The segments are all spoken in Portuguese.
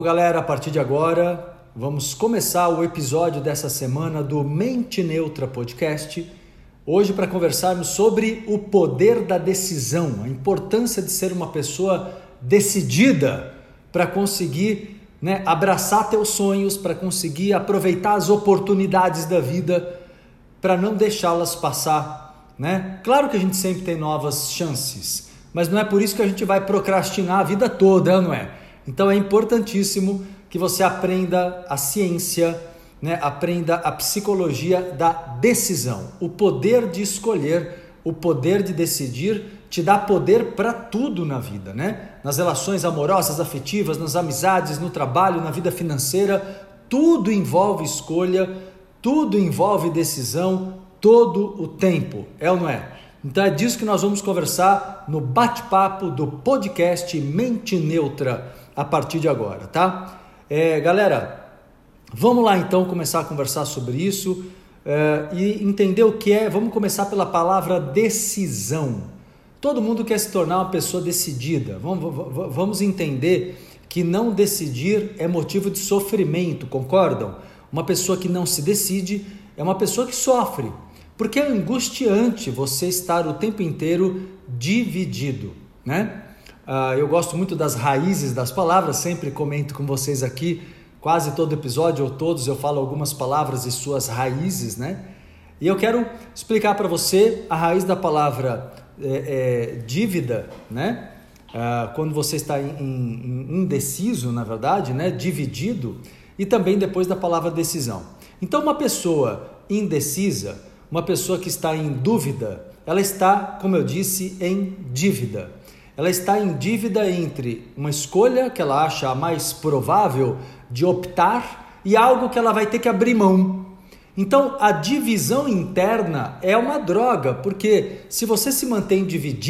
Galera, a partir de agora, vamos começar o episódio dessa semana do Mente Neutra Podcast. Hoje para conversarmos sobre o poder da decisão, a importância de ser uma pessoa decidida para conseguir abraçar teus sonhos, para conseguir aproveitar as oportunidades da vida, para não deixá-las passar. Claro que a gente sempre tem novas chances, mas não é por isso que a gente vai procrastinar a vida toda, não é? Então é importantíssimo que você aprenda a ciência, aprenda a psicologia da decisão. O poder de escolher, o poder de decidir te dá poder para tudo na vida, Nas relações amorosas, afetivas, nas amizades, no trabalho, na vida financeira, tudo envolve escolha, tudo envolve decisão, todo o tempo, é ou não é? Então é disso que nós vamos conversar no bate-papo do podcast Mente Neutra a partir de agora, tá? Galera, vamos lá então começar a conversar sobre isso e entender o que é. Vamos começar pela palavra decisão. Todo mundo quer se tornar uma pessoa decidida. Vamos entender que não decidir é motivo de sofrimento, concordam? Uma pessoa que não se decide é uma pessoa que sofre, porque é angustiante você estar o tempo inteiro dividido, Eu gosto muito das raízes das palavras, sempre comento com vocês aqui, quase todo episódio ou todos eu falo algumas palavras e suas raízes, E eu quero explicar para você a raiz da palavra dívida, Quando você está indeciso, na verdade, dividido, e também depois da palavra decisão. Então uma pessoa indecisa, uma pessoa que está em dúvida, ela está, como eu disse, em dívida. Ela está em dívida entre uma escolha que ela acha a mais provável de optar e algo que ela vai ter que abrir mão. Então, a divisão interna é uma droga, porque se você se mantém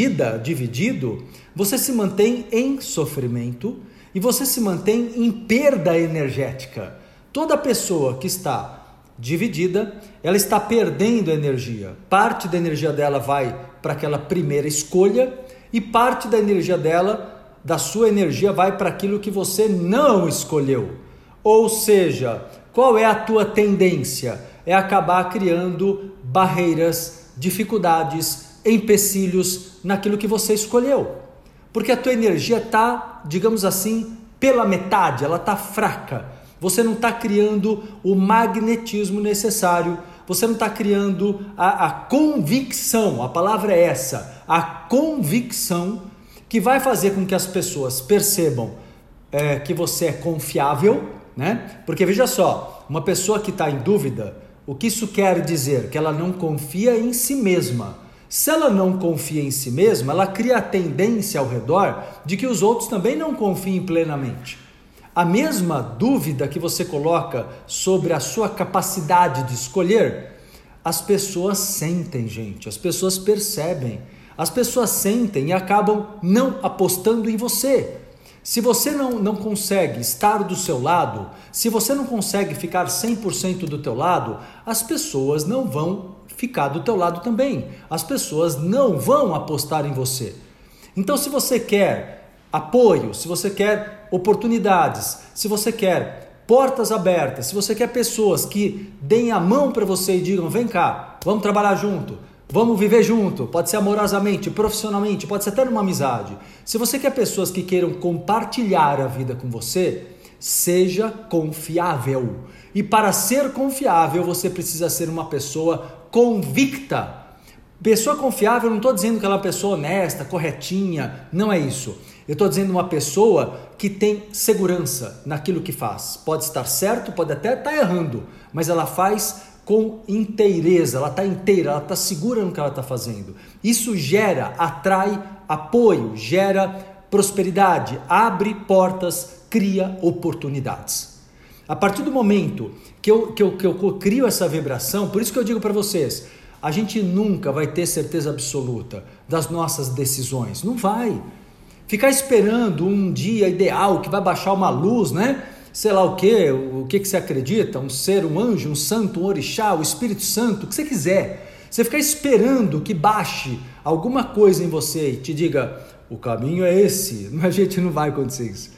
dividido, você se mantém em sofrimento e você se mantém em perda energética. Toda pessoa que está dividida, ela está perdendo energia. Parte da energia dela vai para aquela primeira escolha e parte da energia dela, da sua energia, vai para aquilo que você não escolheu. Ou seja, qual é a tua tendência? É acabar criando barreiras, dificuldades, empecilhos naquilo que você escolheu. Porque a tua energia está, digamos assim, pela metade, ela está fraca. Você não está criando o magnetismo necessário, você não está criando a convicção, a palavra é essa, a convicção que vai fazer com que as pessoas percebam que você é confiável, Porque veja só, uma pessoa que está em dúvida, o que isso quer dizer? Que ela não confia em si mesma. Se ela não confia em si mesma, ela cria a tendência ao redor de que os outros também não confiem plenamente. A mesma dúvida que você coloca sobre a sua capacidade de escolher, as pessoas sentem, gente, as pessoas percebem, as pessoas sentem e acabam não apostando em você. Se você não consegue estar do seu lado, se você não consegue ficar 100% do teu lado, as pessoas não vão ficar do teu lado também. As pessoas não vão apostar em você. Então, se você quer apoio, se você quer oportunidades, se você quer portas abertas, se você quer pessoas que deem a mão para você e digam, vem cá, vamos trabalhar junto, vamos viver junto, pode ser amorosamente, profissionalmente, pode ser até numa amizade. Se você quer pessoas que queiram compartilhar a vida com você, seja confiável. E para ser confiável, você precisa ser uma pessoa convicta. Pessoa confiável, não estou dizendo que ela é uma pessoa honesta, corretinha, não é isso. Eu estou dizendo uma pessoa que tem segurança naquilo que faz. Pode estar certo, pode até estar errando, mas ela faz com inteireza, ela está inteira, ela está segura no que ela está fazendo. Isso gera, atrai apoio, gera prosperidade, abre portas, cria oportunidades. A partir do momento que eu crio essa vibração, por isso que eu digo para vocês, a gente nunca vai ter certeza absoluta das nossas decisões, não vai. Ficar esperando um dia ideal que vai baixar uma luz, Sei lá o que você acredita, um ser, um anjo, um santo, um orixá, o Espírito Santo, o que você quiser. Você ficar esperando que baixe alguma coisa em você e te diga, o caminho é esse, a gente não vai acontecer isso.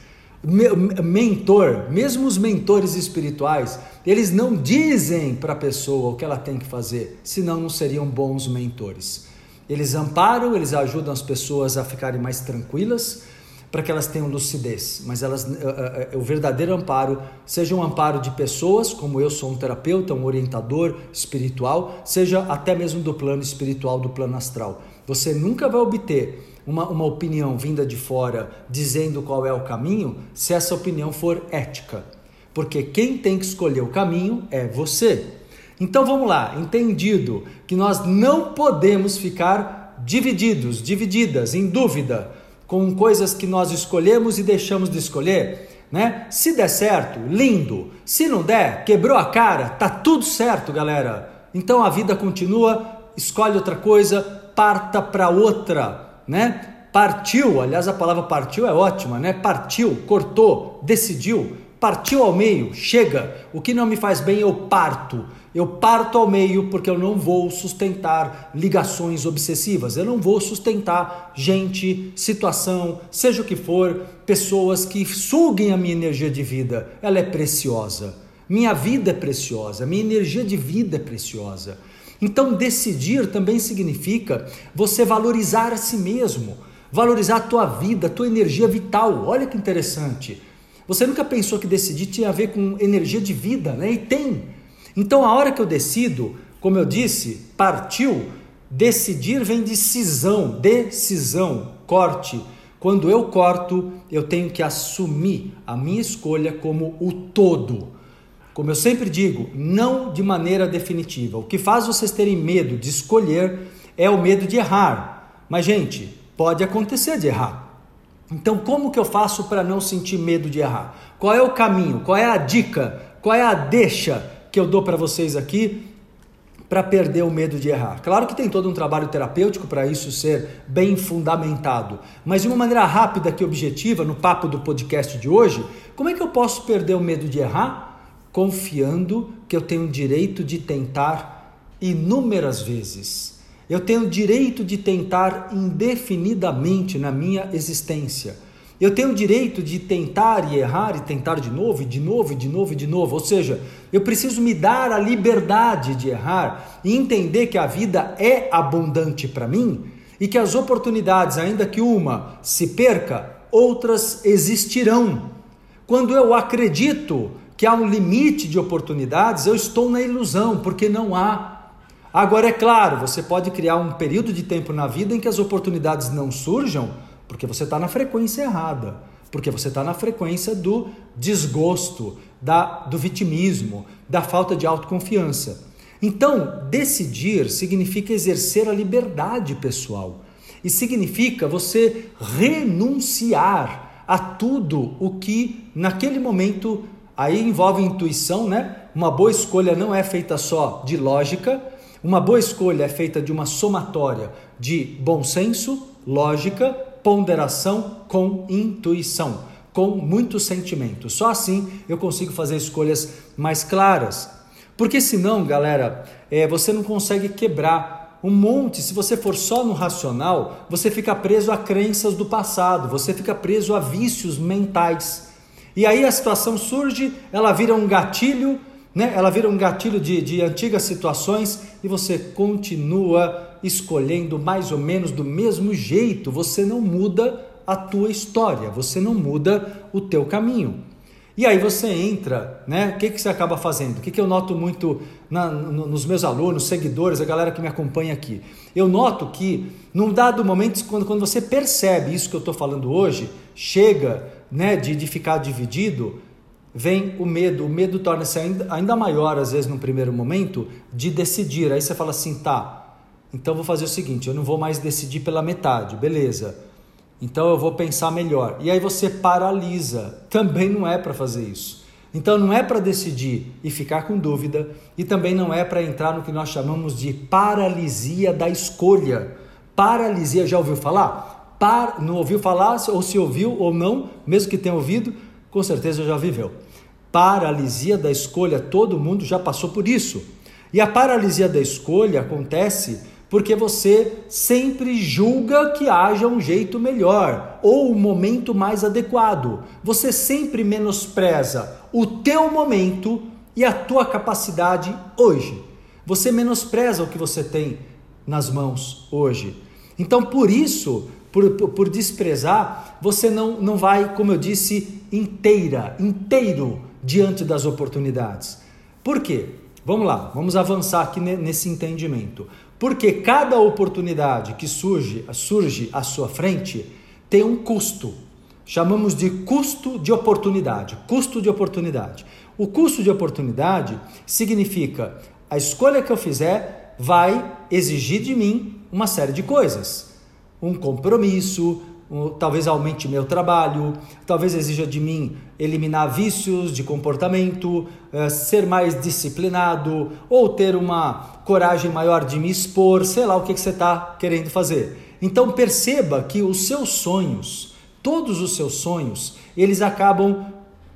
mentor, mesmo os mentores espirituais, eles não dizem para a pessoa o que ela tem que fazer, senão não seriam bons mentores. Eles amparam, eles ajudam as pessoas a ficarem mais tranquilas, para que elas tenham lucidez, mas o verdadeiro amparo, seja um amparo de pessoas, como eu sou um terapeuta, um orientador espiritual, seja até mesmo do plano espiritual, do plano astral. Você nunca vai obter uma opinião vinda de fora dizendo qual é o caminho, se essa opinião for ética, porque quem tem que escolher o caminho é você. Então vamos lá, entendido que nós não podemos ficar divididas, em dúvida, com coisas que nós escolhemos e deixamos de escolher, né? Se der certo, lindo. Se não der, quebrou a cara, tá tudo certo, galera. Então a vida continua, escolhe outra coisa, parta para outra, né? Partiu, aliás a palavra partiu é ótima, né? Partiu, cortou, decidiu, partiu ao meio, chega. O que não me faz bem eu parto. Eu parto ao meio porque eu não vou sustentar ligações obsessivas, eu não vou sustentar gente, situação, seja o que for, pessoas que suguem a minha energia de vida. Ela é preciosa, minha vida é preciosa, minha energia de vida é preciosa. Então decidir também significa você valorizar a si mesmo, valorizar a tua vida, a tua energia vital. Olha que interessante, você nunca pensou que decidir tinha a ver com energia de vida, né? E tem. Então, a hora que eu decido, como eu disse, partiu, decidir vem de decisão, corte. Quando eu corto, eu tenho que assumir a minha escolha como o todo. Como eu sempre digo, não de maneira definitiva. O que faz vocês terem medo de escolher é o medo de errar. Mas, gente, pode acontecer de errar. Então, como que eu faço para não sentir medo de errar? Qual é o caminho? Qual é a dica? Qual é a deixa que eu dou para vocês aqui para perder o medo de errar? Claro que tem todo um trabalho terapêutico para isso ser bem fundamentado, mas de uma maneira rápida e objetiva, no papo do podcast de hoje, como é que eu posso perder o medo de errar? Confiando que eu tenho o direito de tentar inúmeras vezes. Eu tenho o direito de tentar indefinidamente na minha existência. Eu tenho o direito de tentar e errar e tentar de novo, e de novo, e de novo, e de novo. Ou seja, eu preciso me dar a liberdade de errar e entender que a vida é abundante para mim e que as oportunidades, ainda que uma se perca, outras existirão. Quando eu acredito que há um limite de oportunidades, eu estou na ilusão, porque não há. Agora, é claro, você pode criar um período de tempo na vida em que as oportunidades não surjam, porque você está na frequência errada, porque você está na frequência do desgosto, do vitimismo, da falta de autoconfiança. Então, decidir significa exercer a liberdade pessoal e significa você renunciar a tudo o que naquele momento, aí envolve intuição, né? Uma boa escolha não é feita só de lógica, uma boa escolha é feita de uma somatória de bom senso, lógica, ponderação com intuição, com muito sentimento. Só assim eu consigo fazer escolhas mais claras. Porque senão, galera, você não consegue quebrar um monte. Se você for só no racional, você fica preso a crenças do passado, você fica preso a vícios mentais. E aí a situação surge, ela vira um gatilho, né? Ela vira um gatilho de antigas situações e você continua escolhendo mais ou menos do mesmo jeito. Você não muda a tua história, você não muda o teu caminho. E aí você entra, né? O que você acaba fazendo? O que eu noto muito nos meus alunos, seguidores, a galera que me acompanha aqui? Eu noto que num dado momento, quando você percebe isso que eu estou falando hoje, chega, né, de ficar dividido, vem o medo torna-se ainda maior, às vezes, num primeiro momento, de decidir. Aí você fala assim, tá, então vou fazer o seguinte, eu não vou mais decidir pela metade, beleza, então eu vou pensar melhor. E aí você paralisa, também não é para fazer isso. Então não é para decidir e ficar com dúvida, e também não é para entrar no que nós chamamos de paralisia da escolha. Paralisia, já ouviu falar? Não ouviu falar, ou se ouviu ou não, mesmo que tenha ouvido, com certeza já viveu. Paralisia da escolha, todo mundo já passou por isso. E a paralisia da escolha acontece porque você sempre julga que haja um jeito melhor ou um momento mais adequado. Você sempre menospreza o teu momento e a tua capacidade hoje. Você menospreza o que você tem nas mãos hoje. Então, por isso, por desprezar, você não vai, como eu disse, inteiro diante das oportunidades. Por quê? Vamos lá, vamos avançar aqui nesse entendimento. Porque cada oportunidade que surge à sua frente tem um custo. Chamamos de custo de oportunidade. Custo de oportunidade. O custo de oportunidade significa a escolha que eu fizer vai exigir de mim uma série de coisas. Um compromisso, talvez aumente meu trabalho, talvez exija de mim eliminar vícios de comportamento, ser mais disciplinado ou ter uma coragem maior de me expor, sei lá o que você está querendo fazer. Então perceba que os seus sonhos, todos os seus sonhos, eles acabam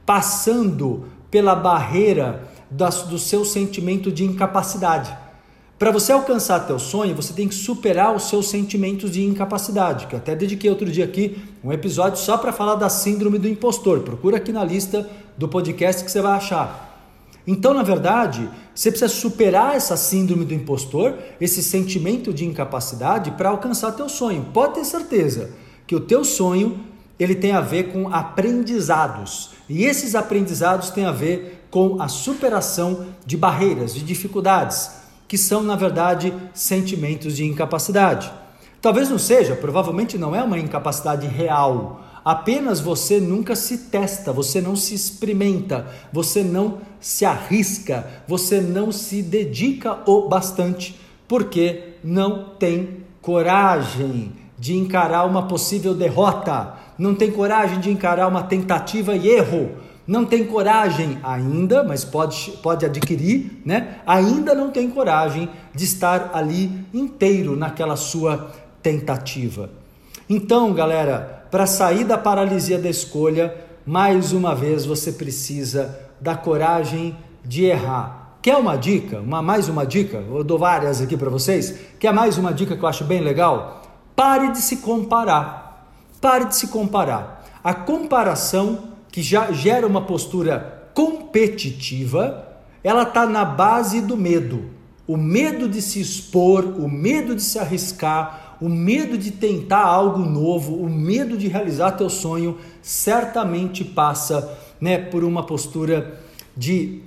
passando pela barreira do seu sentimento de incapacidade. Para você alcançar teu sonho, você tem que superar os seus sentimentos de incapacidade, que eu até dediquei outro dia aqui um episódio só para falar da síndrome do impostor. Procura aqui na lista do podcast que você vai achar. Então, na verdade, você precisa superar essa síndrome do impostor, esse sentimento de incapacidade para alcançar teu sonho. Pode ter certeza que o teu sonho ele tem a ver com aprendizados. E esses aprendizados têm a ver com a superação de barreiras, de dificuldades, que são, na verdade, sentimentos de incapacidade. Talvez não seja, provavelmente não é uma incapacidade real, apenas você nunca se testa, você não se experimenta, você não se arrisca, você não se dedica o bastante, porque não tem coragem de encarar uma possível derrota, não tem coragem de encarar uma tentativa e erro, não tem coragem ainda, mas pode adquirir, né? Ainda não tem coragem de estar ali inteiro naquela sua tentativa. Então, galera, para sair da paralisia da escolha, mais uma vez você precisa da coragem de errar. Quer uma dica? Mais uma dica? Eu dou várias aqui para vocês. Quer mais uma dica que eu acho bem legal? Pare de se comparar. Pare de se comparar. A comparação que já gera uma postura competitiva, ela está na base do medo. O medo de se expor, o medo de se arriscar, o medo de tentar algo novo, o medo de realizar teu sonho, certamente passa, por uma postura de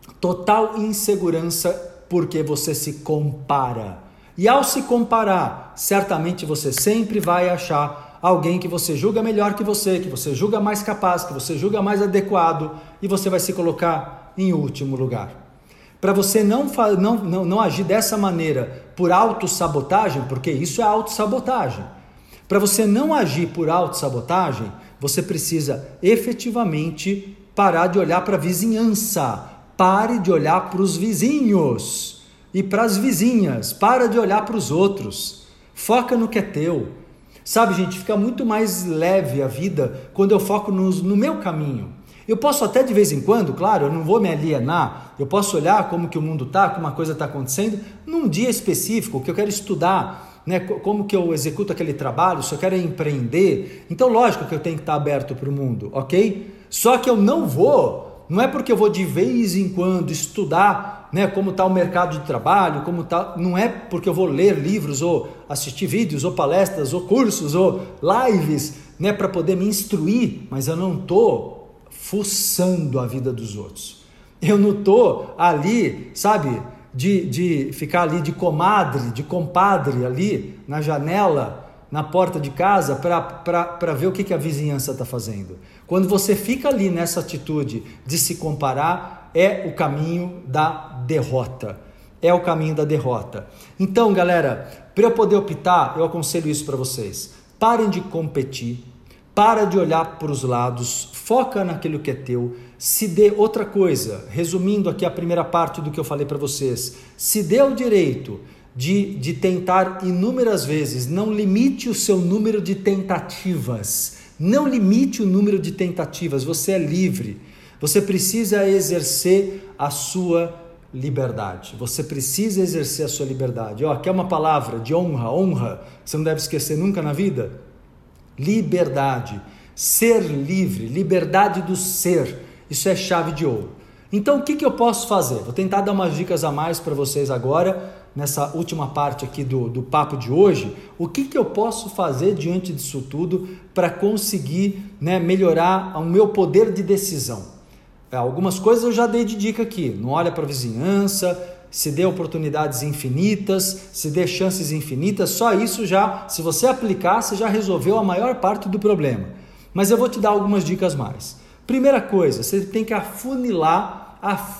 total insegurança, porque você se compara. E ao se comparar, certamente você sempre vai achar alguém que você julga melhor que você julga mais capaz, que você julga mais adequado, e você vai se colocar em último lugar. Para você não agir dessa maneira por autossabotagem, porque isso é autossabotagem. Para você não agir por autossabotagem, você precisa efetivamente parar de olhar para a vizinhança. Pare de olhar para os vizinhos e para as vizinhas. Para de olhar para os outros. Foca no que é teu. Sabe, gente, fica muito mais leve a vida quando eu foco no meu caminho. Eu posso até de vez em quando, claro, eu não vou me alienar, eu posso olhar como que o mundo está, como uma coisa está acontecendo, num dia específico que eu quero estudar, como que eu executo aquele trabalho, se eu quero empreender. Então, lógico que eu tenho que estar aberto para o mundo, ok? Só que eu não é porque eu vou de vez em quando estudar, como está o mercado de trabalho, não é porque eu vou ler livros, ou assistir vídeos, ou palestras, ou cursos, ou lives, para poder me instruir, mas eu não estou fuçando a vida dos outros. Eu não estou ali, sabe, de ficar ali de compadre ali na janela, na porta de casa para ver o que a vizinhança está fazendo. Quando você fica ali nessa atitude de se comparar, é o caminho da derrota. É o caminho da derrota. Então, galera, para eu poder optar, eu aconselho isso para vocês. Parem de competir, para de olhar para os lados, foca naquilo que é teu, se dê outra coisa. Resumindo aqui a primeira parte do que eu falei para vocês, se dê o direito de tentar inúmeras vezes, não limite o seu número de tentativas, não limite o número de tentativas, você é livre, você precisa exercer a sua liberdade. Você precisa exercer a sua liberdade. Quer uma palavra de honra, que você não deve esquecer nunca na vida? Liberdade. Ser livre, liberdade do ser. Isso é chave de ouro. Então, o que eu posso fazer? Vou tentar dar umas dicas a mais para vocês agora, nessa última parte aqui do papo de hoje. O que eu posso fazer diante disso tudo para conseguir, melhorar o meu poder de decisão? Algumas coisas eu já dei de dica aqui. Não olha para a vizinhança, se dê oportunidades infinitas, se dê chances infinitas. Só isso já, se você aplicar, você já resolveu a maior parte do problema. Mas eu vou te dar algumas dicas mais. Primeira coisa, você tem que afunilar,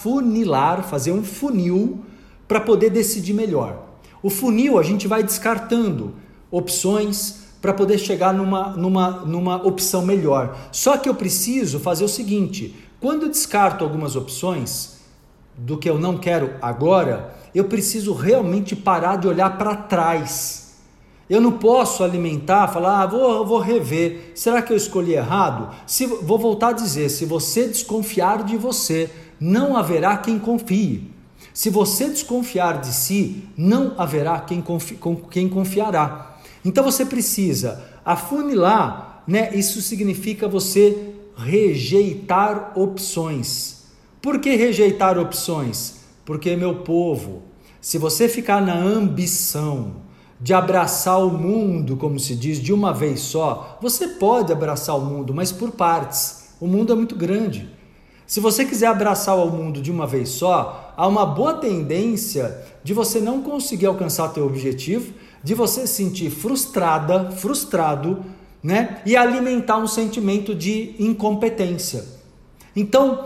fazer um funil para poder decidir melhor. O funil a gente vai descartando opções para poder chegar numa opção melhor. Só que eu preciso fazer o seguinte: quando eu descarto algumas opções do que eu não quero agora, eu preciso realmente parar de olhar para trás. Eu não posso falar, vou rever, será que eu escolhi errado? Vou voltar a dizer, se você desconfiar de você, não haverá quem confie. Se você desconfiar de si, não haverá quem confiará. Então você precisa afunilar, isso significa você rejeitar opções. Por que rejeitar opções? Porque, meu povo, se você ficar na ambição de abraçar o mundo, como se diz, de uma vez só, você pode abraçar o mundo, mas por partes. O mundo é muito grande. Se você quiser abraçar o mundo de uma vez só, há uma boa tendência de você não conseguir alcançar teu objetivo, de você se sentir frustrado, e alimentar um sentimento de incompetência. Então,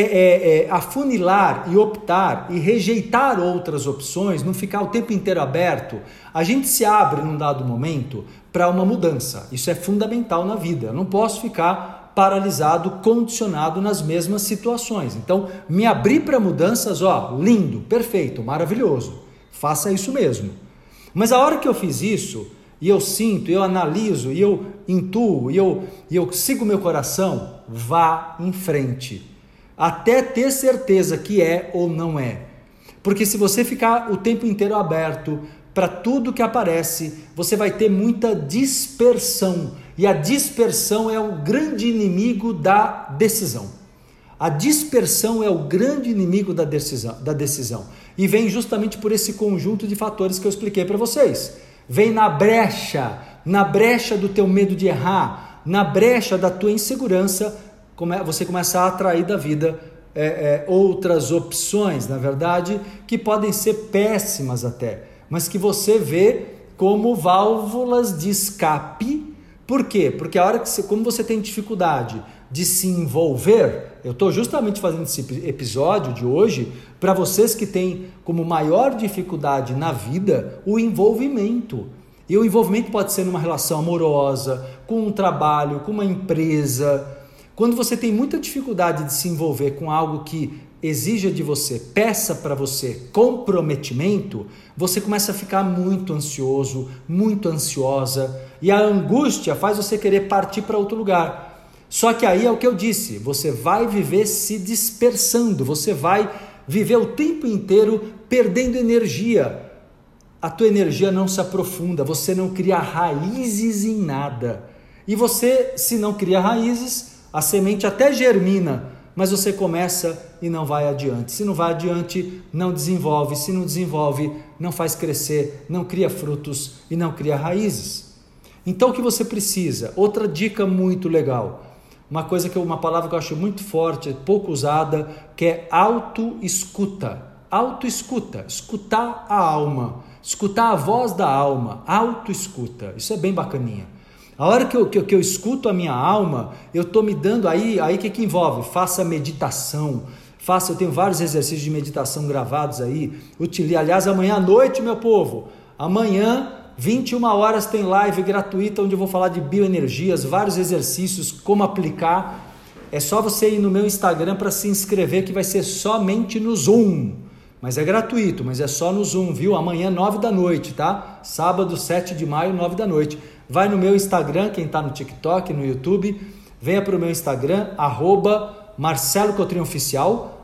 afunilar e optar e rejeitar outras opções, não ficar o tempo inteiro aberto, a gente se abre num dado momento para uma mudança. Isso é fundamental na vida. Eu não posso ficar paralisado, condicionado nas mesmas situações. Então, me abrir para mudanças, lindo, perfeito, maravilhoso. Faça isso mesmo. Mas a hora que eu fiz isso, e eu sinto, eu analiso, e eu intuo, e eu sigo meu coração, vá em frente. Até ter certeza que é ou não é. Porque se você ficar o tempo inteiro aberto para tudo que aparece, você vai ter muita dispersão. E a dispersão é o grande inimigo da decisão. A dispersão é o grande inimigo da decisão. E vem justamente por esse conjunto de fatores que eu expliquei para vocês. Vem na brecha do teu medo de errar, na brecha da tua insegurança, você começa a atrair da vida outras opções, na verdade, que podem ser péssimas até, mas que você vê como válvulas de escape. Por quê? Porque a hora que como você tem dificuldade de se envolver, eu estou justamente fazendo esse episódio de hoje para vocês que têm como maior dificuldade na vida o envolvimento. E o envolvimento pode ser numa relação amorosa, com um trabalho, com uma empresa. Quando você tem muita dificuldade de se envolver com algo que exija de você, peça para você comprometimento, você começa a ficar muito ansioso, muito ansiosa, e a angústia faz você querer partir para outro lugar. Só que aí é o que eu disse, você vai viver se dispersando, você vai viver o tempo inteiro perdendo energia. A tua energia não se aprofunda, você não cria raízes em nada. E você, se não cria raízes, a semente até germina, mas você começa e não vai adiante. Se não vai adiante, não desenvolve. Se não desenvolve, não faz crescer, não cria frutos e não cria raízes. Então o que você precisa? Outra dica muito legal. Uma palavra que eu acho muito forte, pouco usada, que é autoescuta. Autoescuta, escutar a alma, escutar a voz da alma, autoescuta. Isso é bem bacaninha. A hora que eu escuto a minha alma, eu estou me dando aí o que envolve? Faça meditação, eu tenho vários exercícios de meditação gravados aí, aliás, amanhã à noite, meu povo, amanhã, 21 horas tem live gratuita, onde eu vou falar de bioenergias, vários exercícios, como aplicar. É só você ir no meu Instagram para se inscrever, que vai ser somente no Zoom, mas é gratuito, mas é só no Zoom, viu? Amanhã, 9 da noite, tá? Sábado, 7 de maio, 9 da noite. Vai no meu Instagram, quem está no TikTok, no YouTube, venha para o meu Instagram, @MarceloCotrinOficial,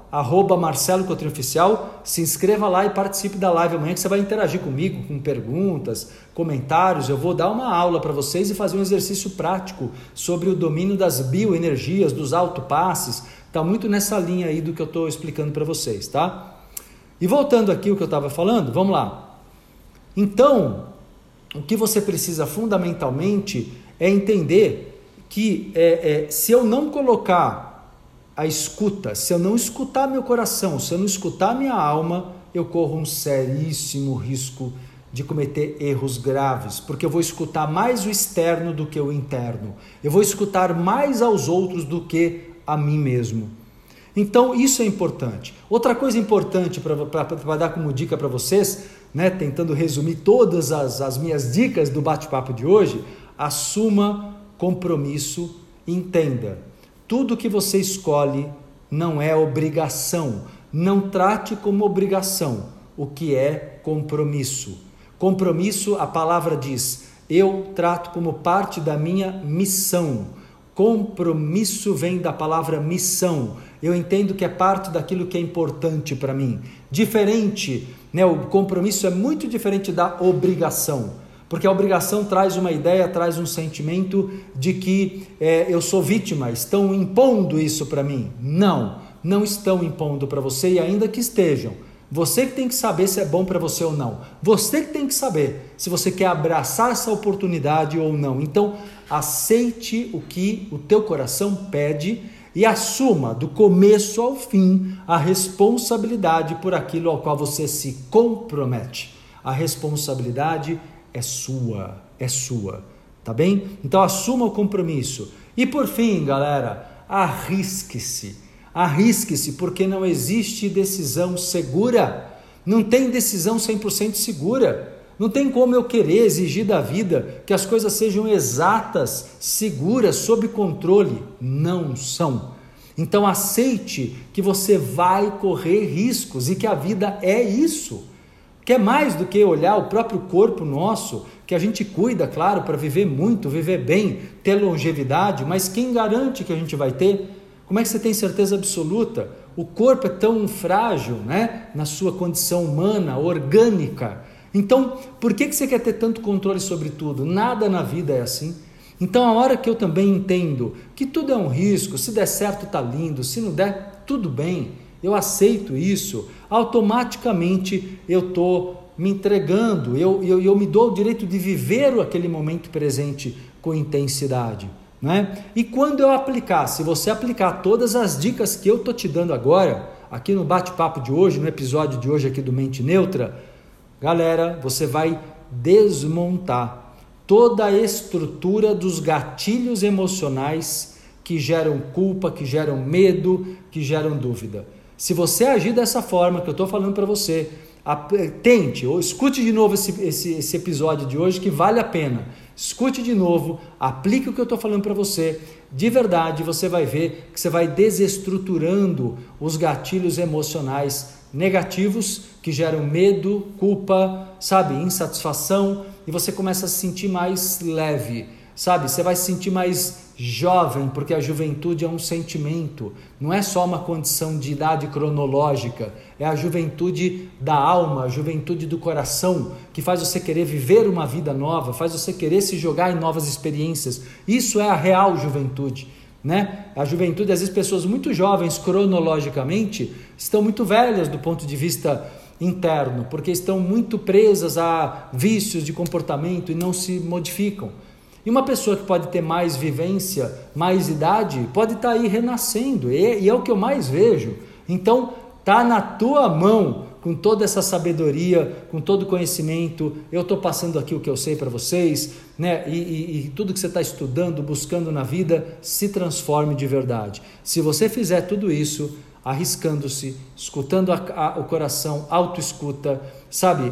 @MarceloCotrinOficial, se inscreva lá e participe da live amanhã, que você vai interagir comigo com perguntas, comentários. Eu vou dar uma aula para vocês e fazer um exercício prático sobre o domínio das bioenergias, dos autopasses. Está muito nessa linha aí do que eu estou explicando para vocês, tá? E voltando aqui o que eu estava falando, vamos lá. Então, o que você precisa fundamentalmente é entender que se eu não colocar a escuta, se eu não escutar meu coração, se eu não escutar minha alma, eu corro um seríssimo risco de cometer erros graves, porque eu vou escutar mais o externo do que o interno. Eu vou escutar mais aos outros do que a mim mesmo. Então, isso é importante. Outra coisa importante para dar como dica para vocês, né, tentando resumir todas as minhas dicas do bate-papo de hoje, assuma compromisso, entenda. Tudo que você escolhe não é obrigação. Não trate como obrigação o que é compromisso. Compromisso, a palavra diz, eu trato como parte da minha missão. Compromisso vem da palavra missão. Eu entendo que é parte daquilo que é importante para mim. Diferente, né? O compromisso é muito diferente da obrigação. Porque a obrigação traz uma ideia, traz um sentimento de que eu sou vítima, estão impondo isso para mim. Não estão impondo para você, e ainda que estejam. Você que tem que saber se é bom para você ou não. Você que tem que saber se você quer abraçar essa oportunidade ou não. Então, aceite o que o teu coração pede e assuma do começo ao fim a responsabilidade por aquilo ao qual você se compromete. A responsabilidade é sua, tá bem? Então assuma o compromisso. E por fim, galera, arrisque-se, porque não existe decisão segura, não tem decisão 100% segura, não tem como eu querer exigir da vida que as coisas sejam exatas, seguras, sob controle, não são. Então aceite que você vai correr riscos e que a vida é isso. Que é mais do que olhar o próprio corpo nosso, que a gente cuida, claro, para viver muito, viver bem, ter longevidade, mas quem garante que a gente vai ter? Como é que você tem certeza absoluta? O corpo é tão frágil, né? Na sua condição humana, orgânica. Então, por que você quer ter tanto controle sobre tudo? Nada na vida é assim. Então, a hora que eu também entendo que tudo é um risco, se der certo está lindo, se não der, tudo bem. Eu aceito isso, automaticamente eu estou me entregando, eu me dou o direito de viver aquele momento presente com intensidade, né? E quando eu aplicar, se você aplicar todas as dicas que eu estou te dando agora, aqui no bate-papo de hoje, no episódio de hoje aqui do Mente Neutra, galera, você vai desmontar toda a estrutura dos gatilhos emocionais que geram culpa, que geram medo, que geram dúvida. Se você agir dessa forma que eu estou falando para você, tente, ou escute de novo esse episódio de hoje que vale a pena. Escute de novo, aplique o que eu estou falando para você. De verdade, você vai ver que você vai desestruturando os gatilhos emocionais negativos que geram medo, culpa, sabe, insatisfação, e você começa a se sentir mais leve, sabe? Você vai se sentir mais jovem, porque a juventude é um sentimento, não é só uma condição de idade cronológica, é a juventude da alma, a juventude do coração, que faz você querer viver uma vida nova, faz você querer se jogar em novas experiências. Isso é a real juventude, né? A juventude, às vezes pessoas muito jovens cronologicamente, estão muito velhas do ponto de vista interno, porque estão muito presas a vícios de comportamento e não se modificam. E uma pessoa que pode ter mais vivência, mais idade, pode estar aí renascendo, e é o que eu mais vejo. Então, está na tua mão, com toda essa sabedoria, com todo o conhecimento, eu estou passando aqui o que eu sei para vocês, né? E tudo que você está estudando, buscando na vida, se transforme de verdade. Se você fizer tudo isso, arriscando-se, escutando o coração, autoescuta, sabe,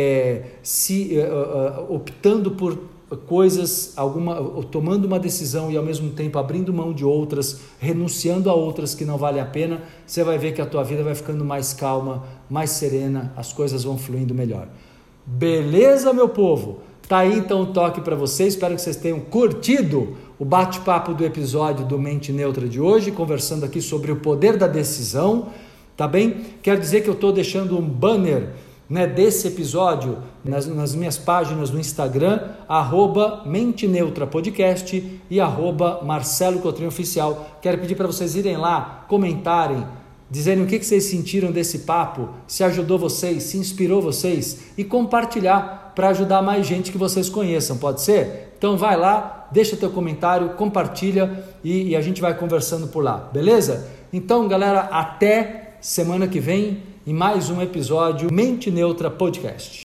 optando por coisas, tomando uma decisão e ao mesmo tempo abrindo mão de outras, renunciando a outras que não valem a pena, você vai ver que a tua vida vai ficando mais calma, mais serena, as coisas vão fluindo melhor. Beleza, meu povo? Tá aí então o toque para vocês, espero que vocês tenham curtido o bate-papo do episódio do Mente Neutra de hoje, conversando aqui sobre o poder da decisão, tá bem? Quero dizer que eu estou deixando um banner, né, desse episódio nas minhas páginas no Instagram, @menteneutrapodcast e @marcelocotrinhoficial. Quero pedir para vocês irem lá, comentarem, dizerem o que vocês sentiram desse papo, se ajudou vocês, se inspirou vocês, e compartilhar para ajudar mais gente que vocês conheçam, pode ser? Então vai lá, deixa teu comentário, compartilha e a gente vai conversando por lá, beleza? Então galera, até semana que vem em mais um episódio Mente Neutra Podcast.